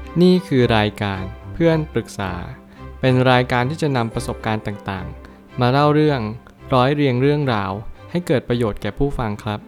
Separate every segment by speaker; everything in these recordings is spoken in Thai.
Speaker 1: นี่คือรายการเพื่อนปรึกษาเป็นรายการที่จะนำประสบการณ์ต่างๆมาเล่าเรื่องร้อยเรียงเรื่องราวให้เกิดประโยชน์แก่ผู้ฟังครับ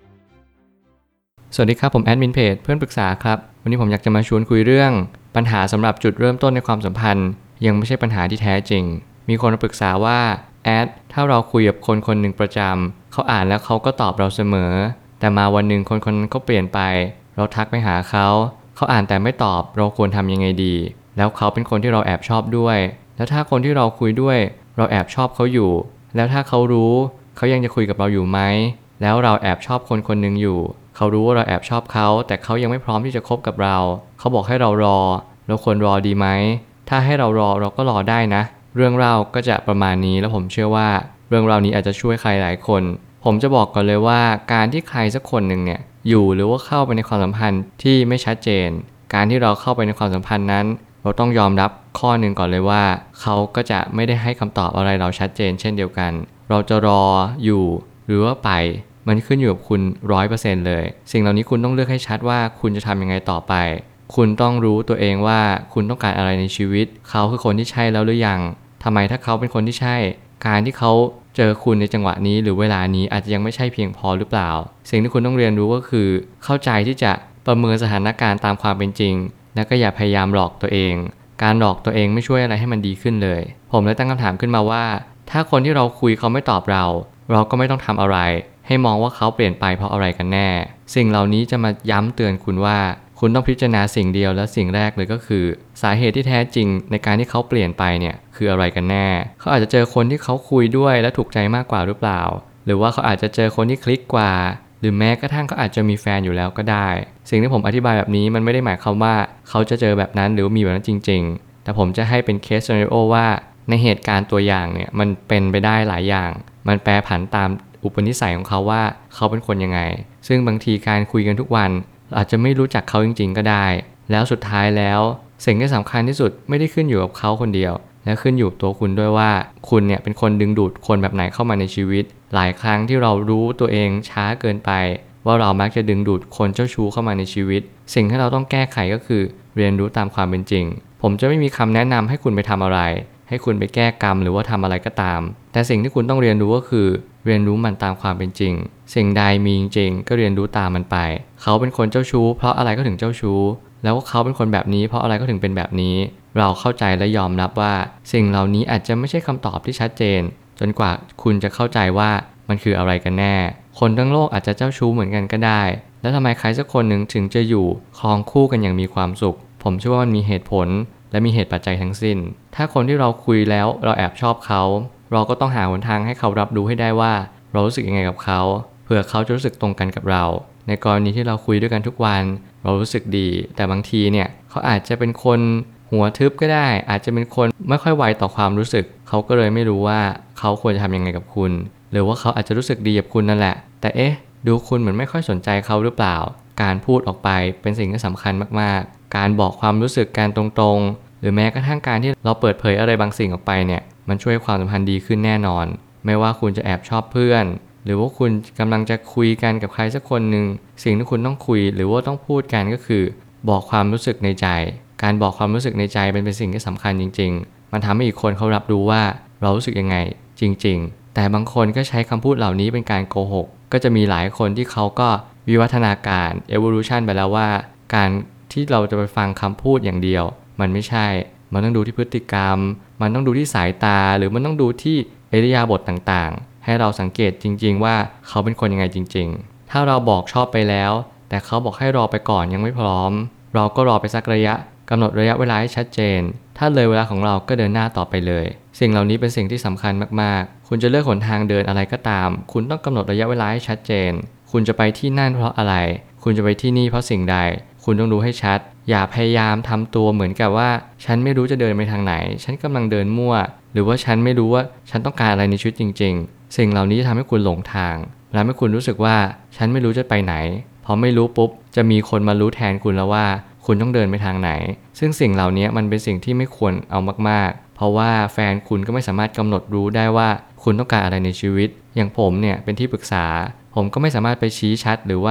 Speaker 1: สวัสดีครับผมแอดมินเพจเพื่อนปรึกษาครับวันนี้ผมอยากจะมาชวนคุยเรื่องปัญหาสำหรับจุดเริ่มต้นในความสัมพันธ์ยังไม่ใช่ปัญหาที่แท้จริงมีคนมาปรึกษาว่าแอดถ้าเราคุยกับคนคนหนึ่งประจำเขาอ่านแล้วเขาก็ตอบเราเสมอแต่มาวันหนึ่งคนคนนั้นเขาเปลี่ยนไปเราทักไปหาเขาอ่านแต่ไม่ตอบเราควรทำยังไงดีแล้วเขาเป็นคนที่เราแอบชอบด้วยแล้วถ้าคนที่เราคุยด้วยเราแอบชอบเขาอยู่แล้วถ้าเขารู้เขายังจะคุยกับเราอยู่ไหมแล้วเราแอบชอบคนคนหนึ่งอยู่เขารู้ว่าเราแอบชอบเขาแต่เขายังไม่พร้อมที่จะคบกับเราเขาบอกให้เรารอเราควรรอดีไหมถ้าให้เรารอเราก็รอได้นะเรื่องราวก็จะประมาณนี้แล้วผมเชื่อว่าเรื่องราวนี้อาจจะช่วยใครหลายคนผมจะบอกก่อนเลยว่าการที่ใครสักคนหนึ่งเนี่ยอยู่หรือว่าเข้าไปในความสัมพันธ์ที่ไม่ชัดเจนการที่เราเข้าไปในความสัมพันธ์นั้นเราต้องยอมรับข้อหนึ่งก่อนเลยว่าเขาก็จะไม่ได้ให้คำตอบอะไรเราชัดเจนเช่นเดียวกันเราจะรออยู่หรือว่าไปมันขึ้นอยู่กับคุณ 100% เลยสิ่งเหล่านี้คุณต้องเลือกให้ชัดว่าคุณจะทำยังไงต่อไปคุณต้องรู้ตัวเองว่าคุณต้องการอะไรในชีวิตเขาคือคนที่ใช่แล้วหรือยังทำไมถ้าเขาเป็นคนที่ใช่การที่เขาเจอคุณในจังหวะนี้หรือเวลานี้อาจจะยังไม่ใช่เพียงพอหรือเปล่าสิ่งที่คุณต้องเรียนรู้ก็คือเข้าใจที่จะประเมินสถานการณ์ตามความเป็นจริงแล้วก็อย่าพยายามหลอกตัวเองการหลอกตัวเองไม่ช่วยอะไรให้มันดีขึ้นเลยผมเลยตั้งคำถามขึ้นมาว่าถ้าคนที่เราคุยเขาไม่ตอบเราก็ไม่ต้องทำอะไรให้มองว่าเขาเปลี่ยนไปเพราะอะไรกันแน่สิ่งเหล่านี้จะมาย้ำเตือนคุณว่าคุณต้องพิจารณาสิ่งเดียวและสิ่งแรกเลยก็คือสาเหตุที่แท้จริงในการที่เขาเปลี่ยนไปเนี่ยคืออะไรกันแน่เขาอาจจะเจอคนที่เขาคุยด้วยและถูกใจมากกว่าหรือเปล่าหรือว่าเขาอาจจะเจอคนที่คลิกกว่าหรือแม้กระทั่งเขาอาจจะมีแฟนอยู่แล้วก็ได้สิ่งที่ผมอธิบายแบบนี้มันไม่ได้หมายความว่าเขาจะเจอแบบนั้นหรือมีแบบนั้นจริงๆแต่ผมจะให้เป็นเคสซีนาริโอว่าในเหตุการณ์ตัวอย่างเนี่ยมันเป็นไปได้หลายอย่างมันแปรผันตามอุปนิสัยของเขาว่าเขาเป็นคนยังไงซึ่งบางทีการคุยกันทุกวันอาจจะไม่รู้จักเขาจริงๆก็ได้แล้วสุดท้ายแล้วสิ่งที่สำคัญที่สุดไม่ได้ขึ้นอยู่กับเขาคนเดียวและขึ้นอยู่ตัวคุณด้วยว่าคุณเนี่ยเป็นคนดึงดูดคนแบบไหนเข้ามาในชีวิตหลายครั้งที่เรารู้ตัวเองช้าเกินไปว่าเรามักจะดึงดูดคนเจ้าชู้เข้ามาในชีวิตสิ่งที่เราต้องแก้ไขก็คือเรียนรู้ตามความเป็นจริงผมจะไม่มีคำแนะนำให้คุณไปทำอะไรให้คุณไปแก้กรรมหรือว่าทำอะไรก็ตามแต่สิ่งที่คุณต้องเรียนรู้ก็คือเรียนรู้มันตามความเป็นจริงสิ่งใดมีจริงก็เรียนรู้ตามมันไปเขาเป็นคนเจ้าชู้เพราะอะไรก็ถึงเจ้าชู้แล้วเขาเป็นคนแบบนี้เพราะอะไรก็ถึงเป็นแบบนี้เราเข้าใจและยอมรับว่าสิ่งเหล่านี้อาจจะไม่ใช่คำตอบที่ชัดเจนจนกว่าคุณจะเข้าใจว่ามันคืออะไรกันแน่คนทั้งโลกอาจจะเจ้าชู้เหมือนกันก็ได้แล้วทำไมใครสักคนหนึ่งถึงจะอยู่ครองคู่กันอย่างมีความสุขผมเชื่อว่ามันมีเหตุผลและมีเหตุปัจจัยทั้งสิ้นถ้าคนที่เราคุยแล้วเราแอบชอบเขาเราก็ต้องหาหนทางให้เขารับรู้ให้ได้ว่าเรารู้สึกยังไงกับเขาเผื่อเขาจะรู้สึกตรงกันกับเราในกรณีที่เราคุยด้วยกันทุกวันเรารู้สึกดีแต่บางทีเนี่ยเขาอาจจะเป็นคนหัวทึบก็ได้อาจจะเป็นคนไม่ค่อยไวต่อความรู้สึกเขาก็เลยไม่รู้ว่าเขาควรจะทำยังไงกับคุณหรือว่าเขาอาจจะรู้สึกดีกับคุณนั่นแหละแต่ดูคุณเหมือนไม่ค่อยสนใจเขาหรือเปล่าการพูดออกไปเป็นสิ่งที่สำคัญมากๆการบอกความรู้สึกการตรงๆหรือแม้กระทั่งการที่เราเปิดเผยอะไรบางสิ่งออกไปเนี่ยมันช่วยความสัมพันธ์ดีขึ้นแน่นอนไม่ว่าคุณจะแอบชอบเพื่อนหรือว่าคุณกำลังจะคุยกันกับใครสักคนหนึ่งสิ่งที่คุณต้องคุยหรือว่าต้องพูดกันก็คือบอกความรู้สึกในใจการบอกความรู้สึกในใจเป็นสิ่งที่สำคัญจริงๆมันทำให้อีกคนเขารับรู้ว่าเรารู้สึกยังไงจริงๆแต่บางคนก็ใช้คำพูดเหล่านี้เป็นการโกหกก็จะมีหลายคนที่เขาก็วิวัฒนาการ evolution ไปแล้วว่าการที่เราจะไปฟังคำพูดอย่างเดียวมันไม่ใช่มันต้องดูที่พฤติกรรมมันต้องดูที่สายตาหรือมันต้องดูที่อิริยาบถต่างๆให้เราสังเกตจริงๆว่าเขาเป็นคนยังไงจริงๆถ้าเราบอกชอบไปแล้วแต่เขาบอกให้รอไปก่อนยังไม่พร้อมเราก็รอไปสักระยะกำหนดระยะเวลาให้ชัดเจนถ้าเลยเวลาของเราก็เดินหน้าต่อไปเลยสิ่งเหล่านี้เป็นสิ่งที่สำคัญมากๆคุณจะเลือกหนทางเดินอะไรก็ตามคุณต้องกำหนดระยะเวลาให้ชัดเจนคุณจะไปที่นั่นเพราะอะไรคุณจะไปที่นี่เพราะสิ่งใดคุณต้องรู้ให้ชัดอย่าพยายามทำตัวเหมือนกับว่าฉันไม่รู้จะเดินไปทางไหนฉันกำลังเดินมั่วหรือว่าฉันไม่รู้ว่าฉันต้องการอะไรในชีวิตจริงๆสิ่งเหล่านี้จะทำให้คุณหลงทางและให้คุณรู้สึกว่าฉันไม่รู้จะไปไหนพอไม่รู้ปุ๊บจะมีคนมารู้แทนคุณแล้วว่าคุณต้องเดินไปทางไหนซึ่งสิ่งเหล่านี้มันเป็นสิ่งที่ไม่ควรเอามากๆเพราะว่าแฟนคุณก็ไม่สามารถกำหนดรู้ได้ว่าคุณต้องการอะไรในชีวิตอย่างผมเนี่ยเป็นที่ปรึกษาผมก็ไม่สามารถไปชี้ชัดหรือว่า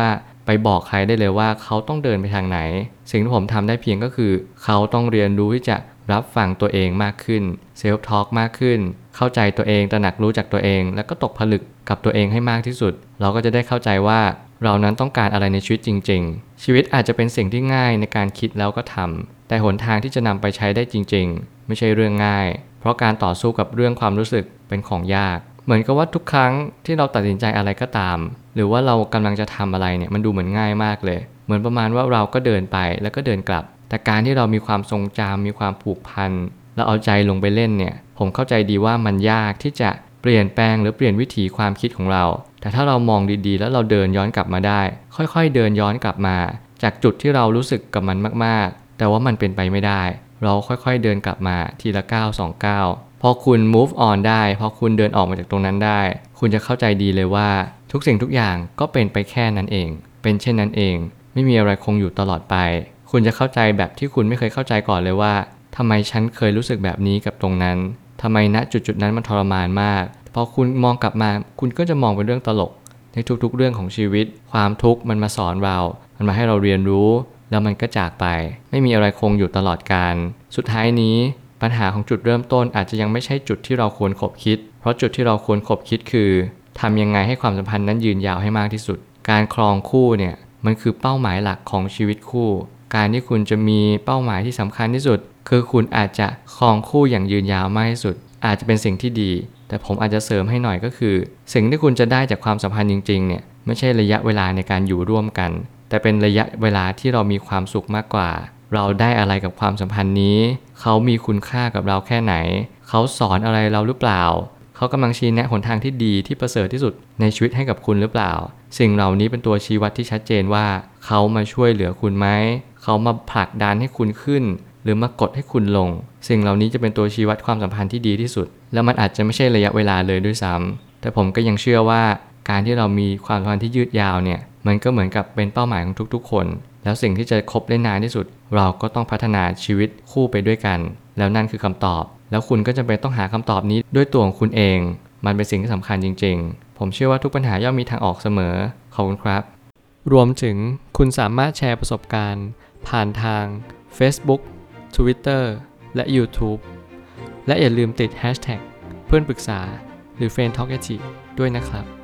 Speaker 1: ไปบอกใครได้เลยว่าเขาต้องเดินไปทางไหนสิ่งที่ผมทำได้เพียงก็คือเขาต้องเรียนรู้ที่จะรับฟังตัวเองมากขึ้นเซลฟ์ทอล์กมากขึ้นเข้าใจตัวเองตระหนักรู้จักตัวเองแล้วก็ตกผลึกกับตัวเองให้มากที่สุดเราก็จะได้เข้าใจว่าเรานั้นต้องการอะไรในชีวิตจริงๆชีวิตอาจจะเป็นสิ่งที่ง่ายในการคิดแล้วก็ทำแต่หนทางที่จะนำไปใช้ได้จริงๆไม่ใช่เรื่องง่ายเพราะการต่อสู้กับเรื่องความรู้สึกเป็นของยากเหมือนกับว่าทุกครั้งที่เราตัดสินใจอะไรก็ตามหรือว่าเรากำลังจะทำอะไรเนี่ยมันดูเหมือนง่ายมากเลยเหมือนประมาณว่าเราก็เดินไปแล้วก็เดินกลับแต่การที่เรามีความทรงจำมีความผูกพันแล้วเอาใจลงไปเล่นเนี่ยผมเข้าใจดีว่ามันยากที่จะเปลี่ยนแปลงหรือเปลี่ยนวิถีความคิดของเราแต่ถ้าเรามองดีๆแล้วเราเดินย้อนกลับมาได้ค่อยๆเดินย้อนกลับมาจากจุดที่เรารู้สึกกับมันมากๆแต่ว่ามันเป็นไปไม่ได้เราค่อยๆเดินกลับมาทีละก้าว2ก้าวพอคุณ move on ได้พอคุณเดินออกมาจากตรงนั้นได้คุณจะเข้าใจดีเลยว่าทุกสิ่งทุกอย่างก็เป็นไปแค่นั้นเองเป็นเช่นนั้นเองไม่มีอะไรคงอยู่ตลอดไปคุณจะเข้าใจแบบที่คุณไม่เคยเข้าใจก่อนเลยว่าทำไมฉันเคยรู้สึกแบบนี้กับตรงนั้นทำไมณจุดนั้นมันทรมานมากพอคุณมองกลับมาคุณก็จะมองเป็นเรื่องตลกในทุกๆเรื่องของชีวิตความทุกข์มันมาสอนเรามันมาให้เราเรียนรู้แล้วมันก็จากไปไม่มีอะไรคงอยู่ตลอดกาลสุดท้ายนี้ปัญหาของจุดเริ่มต้นอาจจะยังไม่ใช่จุดที่เราควรคบคิดเพราะจุดที่เราควรคบคิดคือทำยังไงให้ความสัมพันธ์นั้นยืนยาวให้มากที่สุดการครองคู่เนี่ยมันคือเป้าหมายหลักของชีวิตคู่การที่คุณจะมีเป้าหมายที่สำคัญที่สุดคือคุณอาจจะครองคู่อย่างยืนยาวมากที่สุดอาจจะเป็นสิ่งที่ดีแต่ผมอาจจะเสริมให้หน่อยก็คือสิ่งที่คุณจะได้จากความสัมพันธ์จริงๆเนี่ยไม่ใช่ระยะเวลาในการอยู่ร่วมกันแต่เป็นระยะเวลาที่เรามีความสุขมากกว่าเราได้อะไรกับความสัมพันธ์นี้เขามีคุณค่ากับเราแค่ไหนเขาสอนอะไรเราหรือเปล่าเขากำลังชี้แนะหนทางที่ดีที่ประเสริฐที่สุดในชีวิตให้กับคุณหรือเปล่าสิ่งเหล่านี้เป็นตัวชี้วัดที่ชัดเจนว่าเขามาช่วยเหลือคุณไหมเขามาผลักดันให้คุณขึ้นหรือมากดให้คุณลงสิ่งเหล่านี้จะเป็นตัวชี้วัดความสัมพันธ์ที่ดีที่สุดแล้วมันอาจจะไม่ใช่ระยะเวลาเลยด้วยซ้ำแต่ผมก็ยังเชื่อว่าการที่เรามีความสัมพันธ์ที่ยืดยาวเนี่ยมันก็เหมือนกับเป็นเป้าหมายของทุกๆคนแล้วสิ่งที่จะคบได้นานที่สุดเราก็ต้องพัฒนาชีวิตคู่ไปด้วยกันแล้วนั่นคือคำตอบแล้วคุณก็จำเป็นต้องหาคำตอบนี้ด้วยตัวของคุณเองมันเป็นสิ่งที่สำคัญจริงๆผมเชื่อว่าทุกปัญหาย่อมมีทางออกเสมอขอบคุณครับรวมถึงคุณสามารถแชร์ประสบการณ์ผ่านทาง Facebook Twitter และ YouTube และอย่าลืมติด Hashtag เพื่อนปรึกษาหรือ Friend Talk ด้วยนะครับ